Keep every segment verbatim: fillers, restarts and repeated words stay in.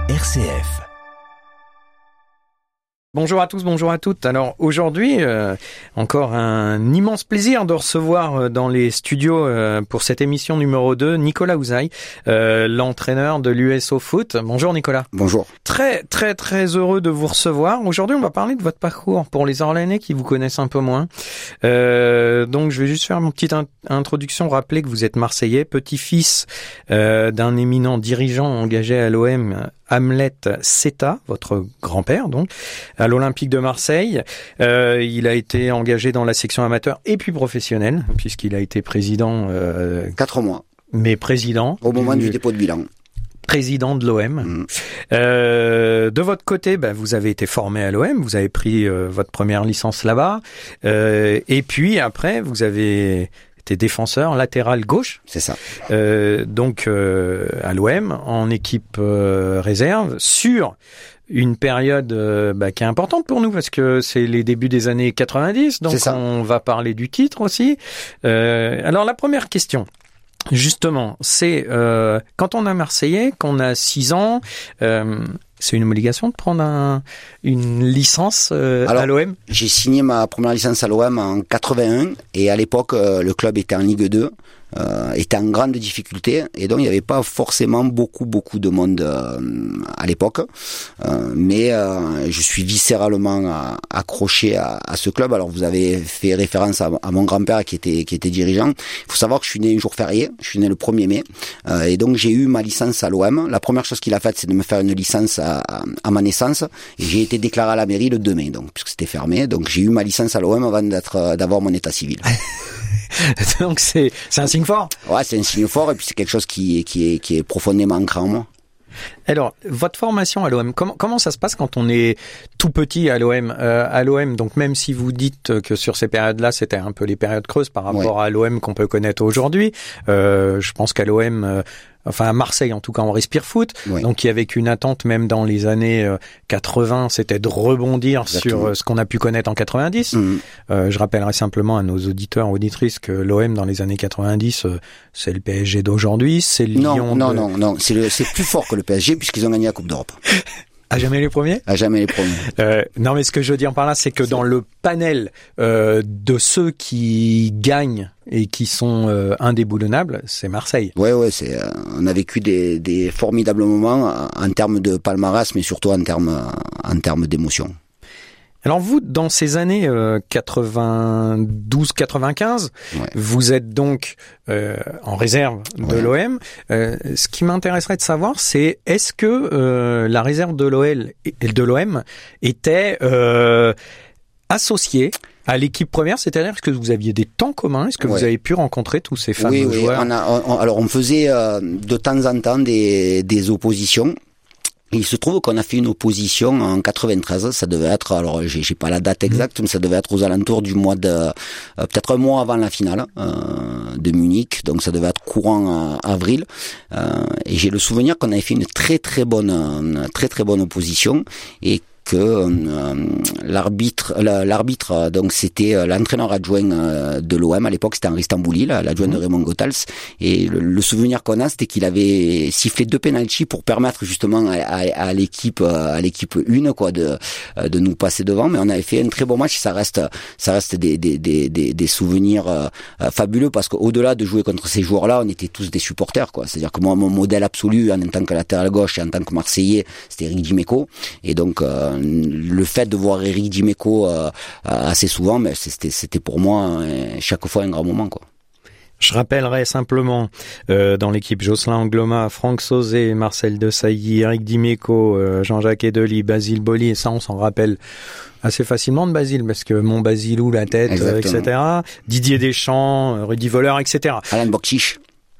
R C F. Bonjour à tous, bonjour à toutes. Alors aujourd'hui, euh, encore un immense plaisir de recevoir dans les studios euh, pour cette émission numéro deux, Nicolas Ouzaille, euh, l'entraîneur de l'U S O Foot. Bonjour Nicolas. Bonjour. Très très très heureux de vous recevoir. Aujourd'hui, on va parler de votre parcours pour les Orléanais qui vous connaissent un peu moins. Euh, donc je vais juste faire une petite in- introduction, rappeler que vous êtes Marseillais, petit-fils euh, d'un éminent dirigeant engagé à l'O M, Hamlet Seta, votre grand-père donc, à l'Olympique de Marseille. Euh, il a été engagé dans la section amateur et puis professionnelle, puisqu'il a été président... Euh, Quatre mois. Mais président... Au moment du, du dépôt de bilan. Président de l'O M. Mmh. Euh, de votre côté, bah, vous avez été formé à l'O M, vous avez pris euh, votre première licence là-bas, euh, et puis après, vous avez... T'es défenseur latéral gauche. C'est ça. Euh, donc euh, à l'O M en équipe euh, réserve sur une période euh, bah, qui est importante pour nous parce que c'est les débuts des années quatre-vingt-dix. Donc on va parler du titre aussi. Euh, alors la première question. Justement, c'est euh, quand on est Marseillais, qu'on a six ans, euh, c'est une obligation de prendre un, une licence euh, Alors, à l'O M. J'ai signé ma première licence à l'O M en quatre-vingt-un et à l'époque, euh, le club était en Ligue deux. Euh, était en grande difficulté et donc il n'y avait pas forcément beaucoup beaucoup de monde euh, à l'époque, euh, mais euh, je suis viscéralement euh, accroché à, à ce club. Alors vous avez fait référence à, à mon grand-père qui était qui était dirigeant. Il faut savoir que je suis né un jour férié, je suis né le premier mai, euh, et donc j'ai eu ma licence à l'O M. La première chose qu'il a faite, c'est de me faire une licence à, à, à ma naissance et j'ai été déclaré à la mairie le deux mai, donc puisque c'était fermé. Donc j'ai eu ma licence à l'O M avant d'être d'avoir mon état civil. Donc c'est c'est un signe fort. Ouais, c'est un signe fort et puis c'est quelque chose qui est qui est qui est profondément ancré en moi. Alors, votre formation à l'O M, comment comment ça se passe quand on est tout petit à l'O M euh, à l'O M, donc même si vous dites que sur ces périodes-là, c'était un peu les périodes creuses par rapport ouais. à l'O M qu'on peut connaître aujourd'hui, euh, je pense qu'à l'O M... Euh, Enfin, à Marseille, en tout cas, on respire foot. Oui. Donc, il y avait qu'une attente, même dans les années euh, quatre-vingts, c'était de rebondir Exactement. sur euh, ce qu'on a pu connaître en quatre-vingt-dix. Mmh. Euh, je rappellerai simplement à nos auditeurs, auditrices, que l'O M, dans les années quatre-vingt-dix, euh, c'est le P S G d'aujourd'hui, c'est le non, Lyon Non, de... non, non, non, c'est, le, c'est plus fort que le P S G, puisqu'ils ont gagné la Coupe d'Europe. À jamais les premiers ? À jamais les premiers. Euh, non, mais ce que je veux dire par là, c'est que c'est... dans le panel euh, de ceux qui gagnent et qui sont euh, indéboulonnables, c'est Marseille. Ouais, ouais, c'est. Euh, on a vécu des, des formidables moments en termes de palmarès, mais surtout en termes en termes d'émotion. Alors vous, dans ces années euh, quatre-vingt-douze quatre-vingt-quinze, ouais. vous êtes donc euh, en réserve de ouais. l'O M. Euh, ce qui m'intéresserait de savoir, c'est est-ce que euh, la réserve de l'O L et de l'O M était euh, associée à l'équipe première, c'est-à-dire est-ce que vous aviez des temps communs, est-ce que ouais. vous avez pu rencontrer tous ces fameux oui, oui. joueurs ? On a, on, alors on faisait euh, de temps en temps des, des oppositions. Il se trouve qu'on a fait une opposition en quatre-vingt-treize, ça devait être, alors j'ai, j'ai pas la date exacte, mais ça devait être aux alentours du mois de, euh, peut-être un mois avant la finale euh, de Munich, donc ça devait être courant euh, avril. Euh, et j'ai le souvenir qu'on avait fait une très très bonne, une très très bonne opposition et que euh, l'arbitre, l'arbitre, donc c'était l'entraîneur adjoint euh, de l'O M à l'époque, c'était Henri Stambouli, l'adjoint mmh. de Raymond Goethals, et le, le souvenir qu'on a, c'était qu'il avait sifflé deux pénaltys pour permettre justement à, à, à l'équipe, à l'équipe une, quoi, de de nous passer devant. Mais on avait fait un très bon match. Ça reste, ça reste des des des des, des souvenirs euh, fabuleux parce qu'au-delà de jouer contre ces joueurs-là, on était tous des supporters, quoi. C'est-à-dire que moi, mon modèle absolu en tant que latéral gauche et en tant que Marseillais, c'était Eric Dimeco, et donc euh, le fait de voir Eric Dimeco euh, assez souvent, mais c'était, c'était pour moi euh, chaque fois un grand moment, quoi. Je rappellerai simplement euh, dans l'équipe Jocelyn Angloma, Franck Sauzet, Marcel Desailly, Eric Dimeco, euh, Jean-Jacques Edely, Basile Boli, et ça on s'en rappelle assez facilement de Basile, parce que mon Basilou, la tête, euh, et cetera. Didier Deschamps, Rudy Voleur, et cetera. Alain Bokchich.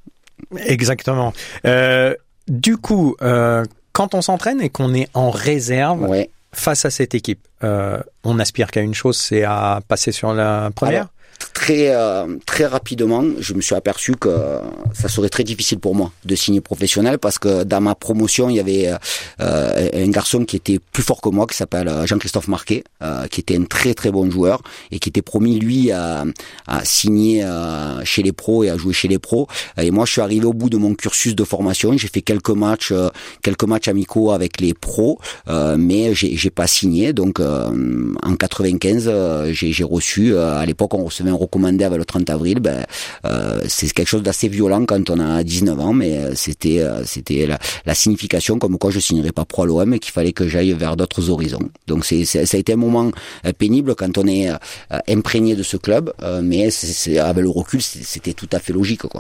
Exactement. Euh, du coup, euh, quand on s'entraîne et qu'on est en réserve, ouais. face à cette équipe, euh, on n'aspire qu'à une chose, c'est à passer sur la première. très euh, très rapidement, je me suis aperçu que ça serait très difficile pour moi de signer professionnel parce que dans ma promotion, il y avait euh, un garçon qui était plus fort que moi, qui s'appelle Jean-Christophe Marquet, euh, qui était un très très bon joueur et qui était promis lui à, à signer euh, chez les pros et à jouer chez les pros. Et moi, je suis arrivé au bout de mon cursus de formation. J'ai fait quelques matchs, euh, quelques matchs amicaux avec les pros, euh, mais j'ai, j'ai pas signé. Donc euh, en quatre-vingt-quinze, euh, j'ai, j'ai reçu. Euh, à l'époque, on recevait un recommandé avec le trente avril. Ben, euh, c'est quelque chose d'assez violent quand on a dix-neuf ans, mais c'était euh, c'était la, la signification comme quoi je signerais pas pro à l'O M et qu'il fallait que j'aille vers d'autres horizons. Donc c'est, c'est ça a été un moment euh, pénible quand on est euh, imprégné de ce club, euh, mais c'est, c'est, avec le recul, c'était tout à fait logique, quoi.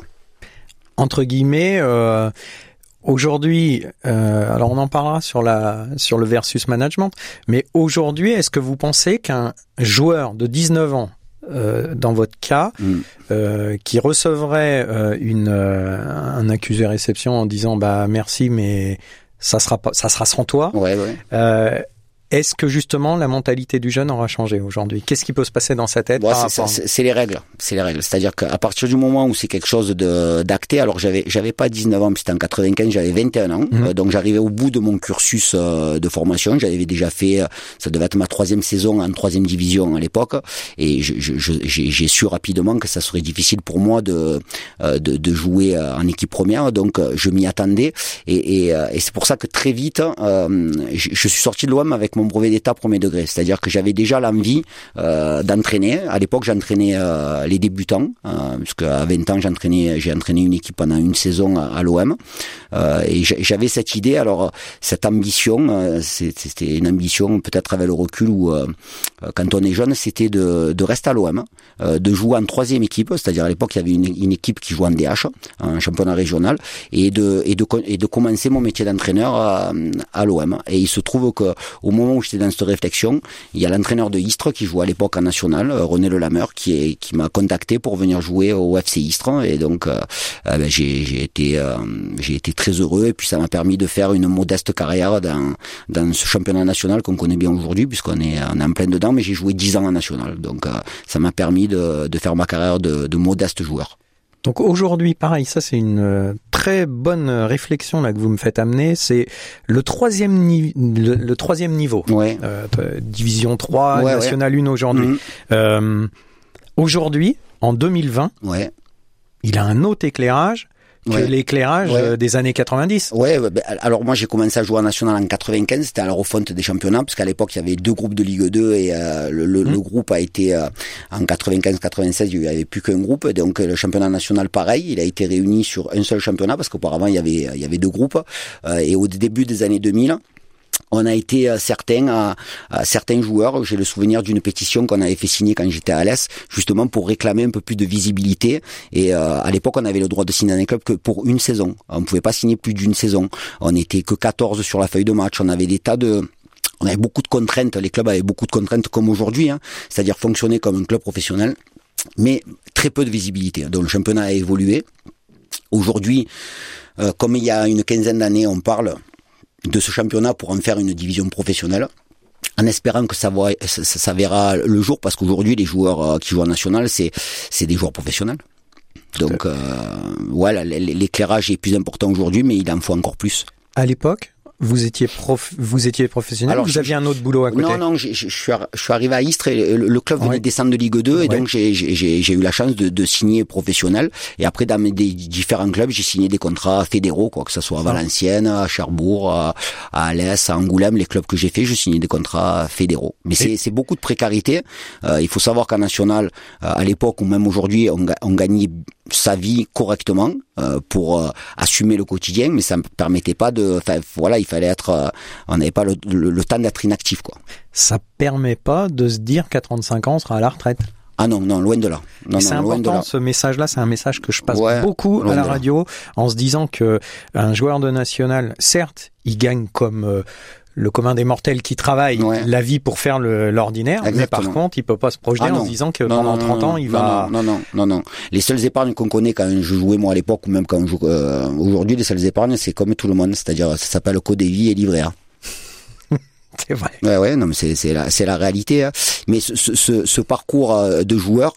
Entre guillemets. Euh... Aujourd'hui, euh, alors on en parlera sur la sur le versus management, mais aujourd'hui, est-ce que vous pensez qu'un joueur de dix-neuf ans, euh, dans votre cas, mm. euh, qui recevrait euh, une euh, un accusé réception en disant bah merci mais ça sera pas ça sera sans toi, ouais, ouais. Euh, est-ce que justement la mentalité du jeune aura changé aujourd'hui? Qu'est-ce qui peut se passer dans sa tête? Ouais, par c'est, rapport... c'est, c'est les règles, c'est les règles. C'est-à-dire qu'à partir du moment où c'est quelque chose de d'acté, alors j'avais j'avais pas dix-neuf ans, c'était en quatre-vingt-quinze, j'avais vingt et un ans, mmh. euh, donc j'arrivais au bout de mon cursus euh, de formation. J'avais déjà fait, euh, ça devait être ma troisième saison en troisième division à l'époque, et je, je, je, j'ai, j'ai su rapidement que ça serait difficile pour moi de euh, de, de jouer euh, en équipe première, donc euh, je m'y attendais, et, et, euh, et c'est pour ça que très vite, euh, je, je suis sorti de l'O M avec mon brevet d'état premier degré, c'est-à-dire que j'avais déjà l'envie euh, d'entraîner. À l'époque, j'entraînais euh, les débutants, euh, puisque à vingt ans, j'entraînais, j'ai entraîné une équipe pendant une saison à, à l'O M, euh, et j'avais cette idée, alors cette ambition, euh, c'était une ambition peut-être avec le recul où euh, quand on est jeune, c'était de, de rester à l'O M, euh, de jouer en troisième équipe, c'est-à-dire à l'époque, il y avait une, une équipe qui jouait en D H, en championnat régional, et de et de et de commencer mon métier d'entraîneur à, à l'O M. Et il se trouve que au moment où j'étais dans cette réflexion, il y a l'entraîneur de Istres qui jouait à l'époque en national, René Lelameur, qui est qui m'a contacté pour venir jouer au F C Istres, et donc euh, euh, ben, j'ai j'ai été euh, j'ai été très heureux, et puis ça m'a permis de faire une modeste carrière dans dans ce championnat national qu'on connaît bien aujourd'hui, puisqu'on est on est en plein dedans, mais j'ai joué dix ans en national, donc euh, ça m'a permis de de faire ma carrière de de modeste joueur. Donc aujourd'hui, pareil, ça c'est une très bonne réflexion là que vous me faites amener. C'est le troisième, ni- le, le troisième niveau, ouais. euh, division trois, ouais, national ouais. un aujourd'hui. Mmh. Euh, aujourd'hui, en deux mille vingt, ouais. il a un autre éclairage que ouais. l'éclairage ouais. des années quatre-vingt-dix. Ouais, bah, alors moi j'ai commencé à jouer en national en quatre-vingt-quinze, c'était à la refonte des championnats, parce qu'à l'époque il y avait deux groupes de Ligue deux, et euh, le, le, mmh. le groupe a été euh, en quatre-vingt-quinze quatre-vingt-seize, il n'y avait plus qu'un groupe, donc le championnat national pareil, il a été réuni sur un seul championnat, parce qu'auparavant il y avait il y avait deux groupes, euh, et au début des années deux mille, on a été euh, certains à, à certains joueurs, j'ai le souvenir d'une pétition qu'on avait fait signer quand j'étais à Alès, justement pour réclamer un peu plus de visibilité, et euh, à l'époque on avait le droit de signer dans un club que pour une saison, on ne pouvait pas signer plus d'une saison, on n'était que quatorze sur la feuille de match, on avait des tas de... On avait beaucoup de contraintes, les clubs avaient beaucoup de contraintes comme aujourd'hui, hein, c'est-à-dire fonctionner comme un club professionnel, mais très peu de visibilité, donc le championnat a évolué. Aujourd'hui, euh, comme il y a une quinzaine d'années, on parle de ce championnat pour en faire une division professionnelle, en espérant que ça, va, ça, ça verra le jour, parce qu'aujourd'hui les joueurs qui jouent en national, c'est c'est des joueurs professionnels. Donc euh, voilà, l'éclairage est plus important aujourd'hui, mais il en faut encore plus. À l'époque, vous étiez prof, vous étiez professionnel. Alors, vous je, aviez un autre boulot à côté. Non, non, je, je, je suis, je suis arrivé à Istres, et le, le club venait ouais. de descendre de Ligue deux, et ouais. donc j'ai, j'ai, j'ai eu la chance de, de signer professionnel. Et après, dans mes des différents clubs, j'ai signé des contrats fédéraux, quoi que ce soit à Valenciennes, à Cherbourg, à, à Alès, à Angoulême, les clubs que j'ai fait, je signais des contrats fédéraux. Mais c'est, c'est beaucoup de précarité. Euh, il faut savoir qu'en national, euh, à l'époque ou même aujourd'hui, on, on gagnait sa vie correctement euh, pour euh, assumer le quotidien, mais ça me permettait pas de, enfin voilà, il fallait être, euh, on n'avait pas le, le, le temps d'être inactif, quoi. Ça permet pas de se dire qu'à trente-cinq ans on sera à la retraite. Ah non, non, loin de là. Non, c'est non, important, ce message-là, c'est un message que je passe ouais, beaucoup à la radio, en se disant que un joueur de national, certes, il gagne comme euh, le commun des mortels qui travaille ouais. la vie pour faire le, l'ordinaire, exactement. Mais par contre, il peut pas se projeter ah en se disant que non, pendant non, trente non, ans, il non, va... Non, non, non, non. Les seules épargnes qu'on connaît quand je jouais moi à l'époque, ou même quand je joue euh, aujourd'hui, les seules épargnes, c'est comme tout le monde, c'est-à-dire ça s'appelle Codévie et livret A. C'est vrai. Ouais, ouais, non, mais c'est c'est la c'est la réalité. Hein. Mais ce, ce ce parcours de joueur,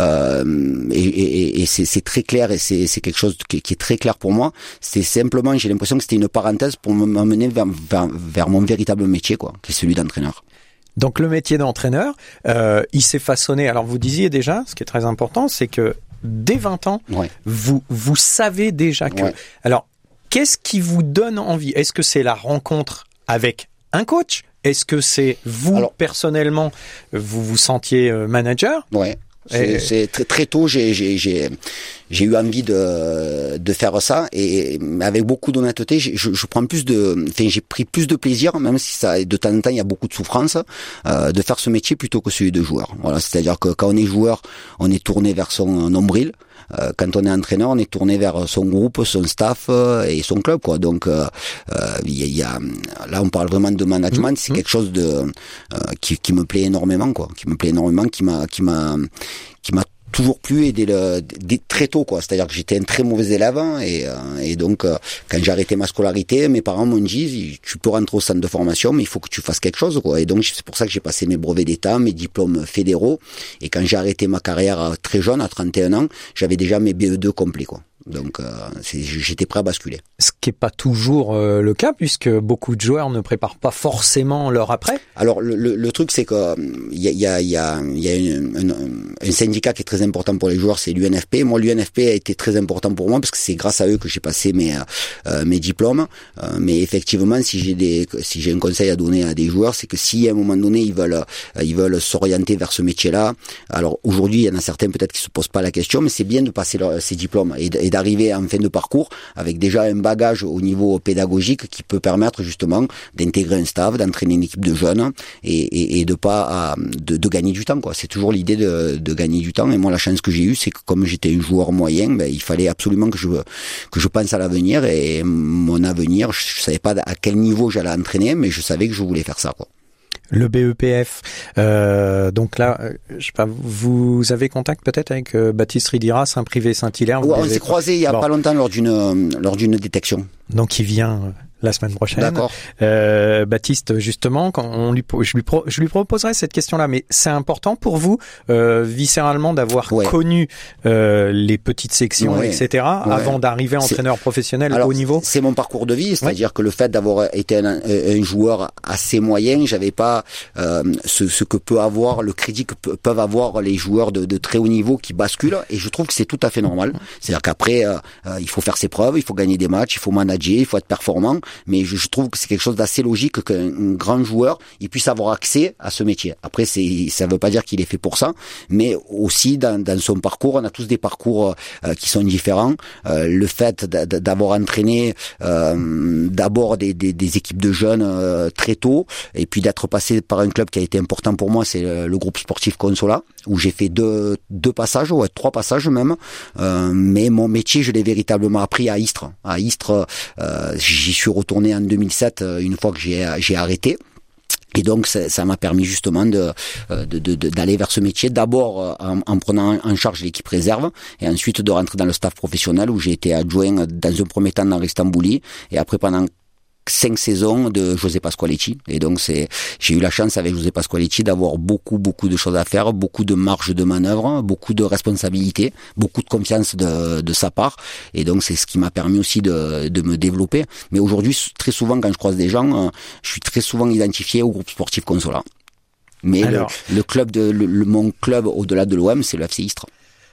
euh, et, et, et c'est c'est très clair et c'est c'est quelque chose qui, qui est très clair pour moi. C'est simplement, j'ai l'impression que c'était une parenthèse pour m'amener vers, vers vers mon véritable métier, quoi, qui est celui d'entraîneur. Donc le métier d'entraîneur, euh, il s'est façonné. Alors vous disiez déjà, ce qui est très important, c'est que dès vingt ans, ouais. vous vous savez déjà que. Ouais. Alors qu'est-ce qui vous donne envie ? Est-ce que c'est la rencontre avec un coach ? Est-ce que c'est vous Alors, personnellement, vous vous sentiez manager ? Ouais. C'est, et... c'est très très tôt, j'ai j'ai j'ai j'ai eu envie de de faire ça et avec beaucoup d'honnêteté, je, je prends plus de, enfin j'ai pris plus de plaisir, même si ça de temps en temps il y a beaucoup de souffrance, euh, de faire ce métier plutôt que celui de joueur. Voilà, c'est-à-dire que quand on est joueur, on est tourné vers son nombril. Euh, quand on est entraîneur, on est tourné vers son groupe, son staff euh, et son club, quoi. Donc, il euh, euh, y, y a, là, on parle vraiment de management. Mmh. C'est quelque chose de euh, qui, qui me plaît énormément, quoi. Qui me plaît énormément, qui m'a, qui m'a, qui m'a toujours plu et dès le dès, très tôt, quoi. C'est-à-dire que j'étais un très mauvais élève et euh, et donc euh, quand j'ai arrêté ma scolarité, mes parents m'ont dit tu peux rentrer au centre de formation mais il faut que tu fasses quelque chose, quoi. Et donc c'est pour ça que j'ai passé mes brevets d'état, mes diplômes fédéraux et quand j'ai arrêté ma carrière très jeune à trente et un ans, j'avais déjà mes B E deux complets, quoi. Donc euh, c'est, j'étais prêt à basculer. Ce qui est pas toujours euh, le cas puisque beaucoup de joueurs ne préparent pas forcément leur après. Alors le, le, le truc c'est que il y a il y a il y a, y a une, une, un syndicat qui est très important pour les joueurs, c'est l'U N F P. Moi l'U N F P a été très important pour moi parce que c'est grâce à eux que j'ai passé mes euh, mes diplômes. Euh, mais effectivement si j'ai des si j'ai un conseil à donner à des joueurs, c'est que si à un moment donné ils veulent euh, ils veulent s'orienter vers ce métier-là, alors aujourd'hui il y en a certains peut-être qui se posent pas la question, mais c'est bien de passer leur, ces diplômes et, et d'arriver en fin de parcours avec déjà un bagage au niveau pédagogique qui peut permettre justement d'intégrer un staff, d'entraîner une équipe de jeunes et, et, et de pas de, de gagner du temps, quoi. C'est toujours l'idée de, de gagner du temps. Et moi, la chance que j'ai eue, c'est que comme j'étais un joueur moyen, ben, il fallait absolument que je que je pense à l'avenir et mon avenir, je savais pas à quel niveau j'allais entraîner, mais je savais que je voulais faire ça, quoi. Le B E P F, euh, donc là, euh, je sais pas, vous avez contact peut-être avec euh, Baptiste Ridira, un privé Saint-Hilaire. Ouais, on s'est croisé il y a bon. pas longtemps lors d'une lors d'une détection. Donc il vient euh, la semaine prochaine. D'accord. Euh, Baptiste, justement, quand on lui, je lui, pro, je lui proposerai cette question-là, mais c'est important pour vous, euh, viscéralement, d'avoir ouais. connu euh, les petites sections, ouais. et cetera, ouais. avant d'arriver entraîneur professionnel Alors, au niveau. C'est mon parcours de vie, c'est-à-dire ouais. que le fait d'avoir été un, un joueur assez moyen, j'avais pas euh, ce, ce que peut avoir le crédit que pe- peuvent avoir les joueurs de, de très haut niveau qui basculent, et je trouve que c'est tout à fait normal. C'est-à-dire qu'après, euh, euh, il faut faire ses preuves, il faut gagner des matchs, il faut manager, il faut être performant. Mais je, je trouve que c'est quelque chose d'assez logique qu'un grand joueur il puisse avoir accès à ce métier. Après, c'est, ça veut pas dire qu'il est fait pour ça, mais aussi dans, dans son parcours, on a tous des parcours euh, qui sont différents. Euh, le fait d'avoir entraîné euh, d'abord des, des, des équipes de jeunes euh, très tôt, et puis d'être passé par un club qui a été important pour moi, c'est le, le groupe sportif Consola, où j'ai fait deux, deux passages, ouais, trois passages même. Euh, mais mon métier, je l'ai véritablement appris à Istres. À Istres, euh, j'y suis retourné en deux mille sept, une fois que j'ai, j'ai arrêté. Et donc ça, ça m'a permis justement de, de, de, de d'aller vers ce métier, d'abord en, en prenant en charge l'équipe réserve, et ensuite de rentrer dans le staff professionnel où j'ai été adjoint dans un premier temps dans l'Istanbuli, et après pendant cinq saisons de José Pasqualetti. Et donc c'est, j'ai eu la chance avec José Pasqualetti d'avoir beaucoup, beaucoup de choses à faire, beaucoup de marge de manœuvre, beaucoup de responsabilités, beaucoup de confiance de, de sa part. Et donc c'est ce qui m'a permis aussi de, de me développer. Mais aujourd'hui, très souvent, quand je croise des gens, je suis très souvent identifié au groupe sportif Consola. Mais Alors, le, le club de, le, le, mon club au-delà de l'O M, c'est le F C Istres.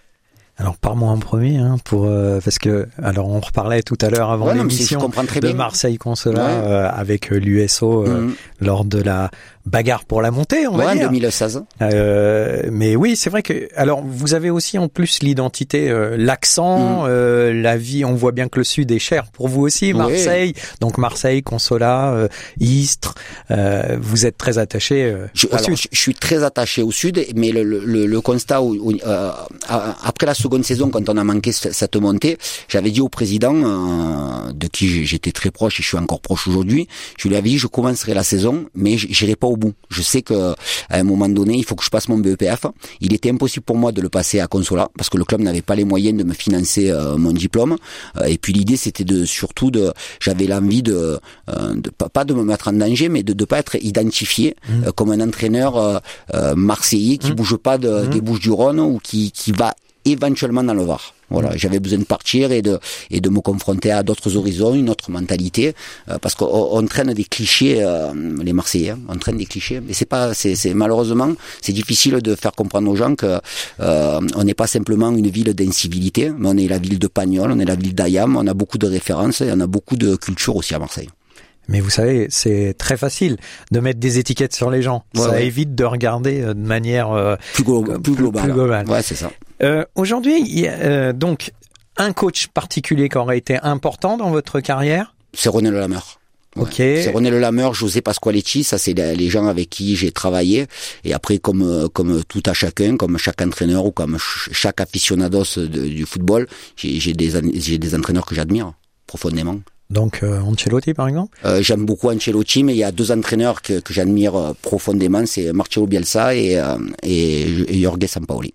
Alors par-moi en premier, hein, pour euh, parce que alors on reparlait tout à l'heure avant ouais, l'émission non, de bien. Marseille Consola ouais. euh, avec l'U S O euh, mmh. lors de la bagarre pour la montée, on ouais, va dire. en deux mille seize. Euh, mais oui, c'est vrai que alors vous avez aussi en plus l'identité, euh, l'accent, mmh. euh, la vie. On voit bien que le Sud est cher pour vous aussi, Marseille. Oui. Donc Marseille, Consola, euh, Istres. Euh, vous êtes très attaché euh, je, au alors, Sud. Je, je suis très attaché au Sud, mais le, le, le constat où, où, euh, après la seconde saison, quand on a manqué cette montée, j'avais dit au président, euh, de qui j'étais très proche et je suis encore proche aujourd'hui, je lui avais dit je commencerai la saison vision, mais j'irai pas au bout. Je sais que à un moment donné, il faut que je passe mon B E P F. Il était impossible pour moi de le passer à Consola parce que le club n'avait pas les moyens de me financer euh, mon diplôme. Euh, et puis l'idée, c'était de surtout de, j'avais l'envie de, euh, de pas de me mettre en danger, mais de ne pas être identifié mmh. euh, comme un entraîneur euh, euh, marseillais qui mmh. bouge pas de, mmh. des Bouches-du-Rhône ou qui qui va éventuellement dans le Var. Voilà, j'avais besoin de partir et de et de me confronter à d'autres horizons, une autre mentalité, euh, parce qu'on on traîne des clichés, euh, les Marseillais, hein, on traîne des clichés, mais c'est pas, c'est, c'est malheureusement, c'est difficile de faire comprendre aux gens que euh, on n'est pas simplement une ville d'incivilité, mais on est la ville de Pagnol, on est la ville d'Ayam, on a beaucoup de références et on a beaucoup de culture aussi à Marseille. Mais vous savez, c'est très facile de mettre des étiquettes sur les gens. Ouais, ça ouais. évite de regarder de manière euh, plus, glo- plus, globale. plus globale. Ouais, c'est ça. Euh, aujourd'hui, il y a euh, donc un coach particulier qui aurait été important dans votre carrière. C'est René Lelameur. Ouais. Ok. C'est René Lelameur, José Pasqualetti, ça c'est les gens avec qui j'ai travaillé. Et après, comme comme tout à chacun, comme chaque entraîneur ou comme chaque aficionados de, du football, j'ai, j'ai des j'ai des entraîneurs que j'admire profondément. Donc euh, Ancelotti par exemple. Euh, j'aime beaucoup Ancelotti, mais il y a deux entraîneurs que, que j'admire euh, profondément, c'est Marcelo Bielsa et euh, et, et Jorge Sampaoli.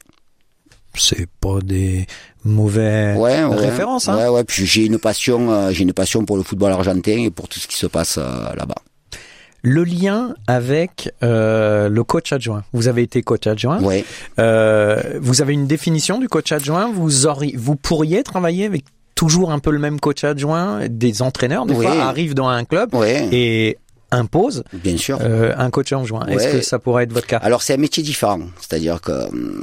C'est pas des mauvais ouais, ouais, références, hein. Ouais, ouais. Puis j'ai une passion, euh, j'ai une passion pour le football argentin et pour tout ce qui se passe euh, là-bas. Le lien avec euh, le coach adjoint. Vous avez été coach adjoint. Ouais. Euh, vous avez une définition du coach adjoint. Vous auriez, vous pourriez travailler avec toujours un peu le même coach adjoint. Des entraîneurs, des ouais. fois, arrivent dans un club ouais. et impose bien sûr euh, un coach adjoint. Ouais. Est-ce que ça pourrait être votre cas? Alors c'est un métier différent, c'est-à-dire que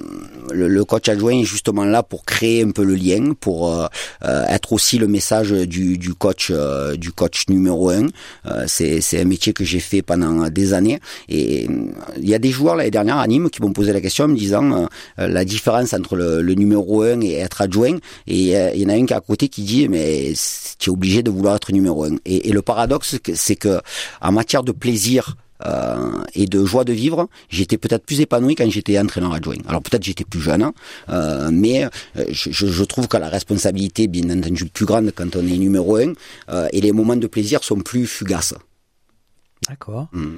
le, le coach adjoint est justement là pour créer un peu le lien, pour euh, être aussi le message du, du coach euh, du coach numéro un. Euh, c'est, c'est un métier que j'ai fait pendant des années et il y a des joueurs l'année dernière à Nîmes qui m'ont posé la question en me disant euh, la différence entre le, le numéro un et être adjoint, et euh, il y en a un qui est à côté qui dit mais tu es obligé de vouloir être numéro un. Et, et le paradoxe c'est que en matière de plaisir euh, et de joie de vivre, j'étais peut-être plus épanoui quand j'étais entraîneur adjoint. Alors peut-être j'étais plus jeune, hein, euh, mais je, je trouve que la responsabilité est bien entendu plus grande quand on est numéro un, euh, et les moments de plaisir sont plus fugaces. D'accord. Mmh.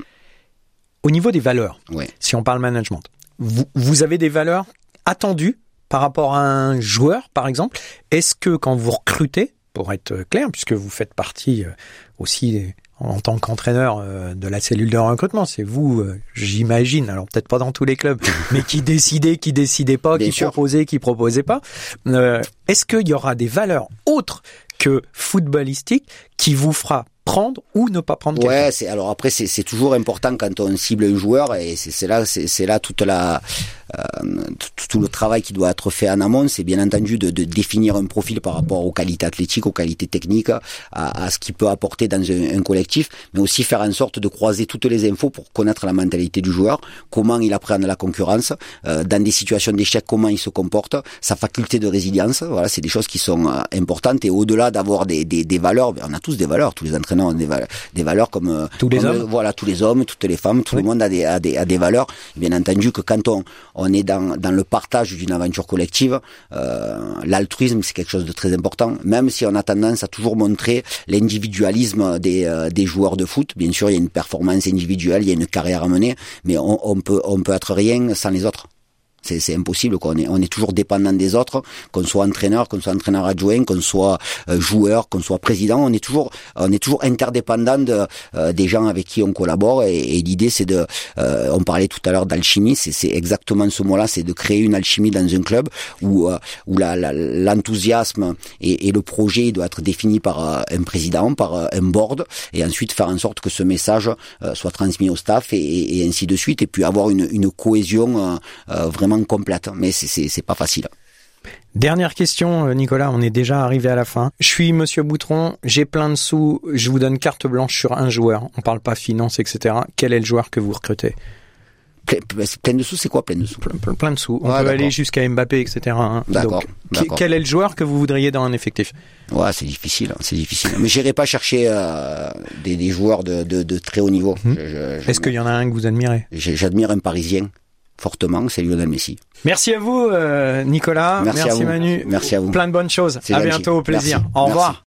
Au niveau des valeurs, ouais. si on parle management, vous, vous avez des valeurs attendues par rapport à un joueur, par exemple. Est-ce que quand vous recrutez, pour être clair, puisque vous faites partie aussi en tant qu'entraîneur de la cellule de recrutement, c'est vous, j'imagine, alors peut-être pas dans tous les clubs, mais qui décidez, qui décidez pas, Bien qui sûr. proposez, qui proposez pas. Euh, est-ce qu'il y aura des valeurs autres que footballistiques qui vous fera prendre ou ne pas prendre quelqu'un? Ouais, c'est alors après c'est c'est toujours important quand on cible un joueur, et c'est c'est là c'est c'est là toute la euh, tout, tout le travail qui doit être fait en amont, c'est bien entendu de, de définir un profil par rapport aux qualités athlétiques, aux qualités techniques, à, à ce qu'il peut apporter dans un, un collectif, mais aussi faire en sorte de croiser toutes les infos pour connaître la mentalité du joueur, comment il appréhende la concurrence, euh, dans des situations d'échec, comment il se comporte, sa faculté de résilience. Voilà, c'est des choses qui sont euh, importantes, et au-delà d'avoir des, des, des valeurs, on a tous des valeurs, tous les entraîneurs ont des valeurs, des valeurs comme euh, tous les comme, hommes, euh, voilà, tous les hommes, toutes les femmes, tout oui. le monde a des, a des a des valeurs. Bien entendu que quand on on est dans dans le partage d'une aventure collective, euh, l'altruisme c'est quelque chose de très important, même si on a tendance à toujours montrer l'individualisme des euh, des joueurs de foot. Bien sûr, il y a une performance individuelle, il y a une carrière à mener, mais on, on peut on peut être rien sans les autres. C'est, c'est impossible, quoi. On est, on est toujours dépendant des autres, qu'on soit entraîneur, qu'on soit entraîneur adjoint, qu'on soit euh, joueur, qu'on soit président. On est toujours, on est toujours interdépendant de, euh, des gens avec qui on collabore. Et, et l'idée, c'est de, euh, on parlait tout à l'heure d'alchimie. C'est, c'est exactement ce mot-là, c'est de créer une alchimie dans un club où, euh, où la, la, l'enthousiasme et, et le projet doit être défini par euh, un président, par euh, un board, et ensuite faire en sorte que ce message euh, soit transmis au staff et, et, et ainsi de suite. Et puis avoir une, une cohésion euh, euh, vraiment complète, mais c'est, c'est, c'est pas facile. Dernière question, Nicolas, on est déjà arrivé à la fin. Je suis Monsieur Boutron, j'ai plein de sous, je vous donne carte blanche sur un joueur, on parle pas finance, et cetera. Quel est le joueur que vous recrutez? Plein, plein de sous, c'est quoi plein de sous? Plein, plein, plein de sous. On ouais, peut d'accord. aller jusqu'à Mbappé, et cetera. Hein. D'accord, Donc, d'accord. Quel est le joueur que vous voudriez dans un effectif? Ouais, c'est difficile, c'est difficile. Mais j'irai pas chercher euh, des, des joueurs de, de, de très haut niveau. Mmh. Je, je, je, Est-ce qu'il y en a un que vous admirez? J'admire un Parisien fortement, c'est Lionel Messi. Merci à vous, euh, Nicolas. Merci, Merci à vous. Manu. Merci à vous. Plein de bonnes choses. C'est à gentil. bientôt, au plaisir. Merci. Au revoir. Merci.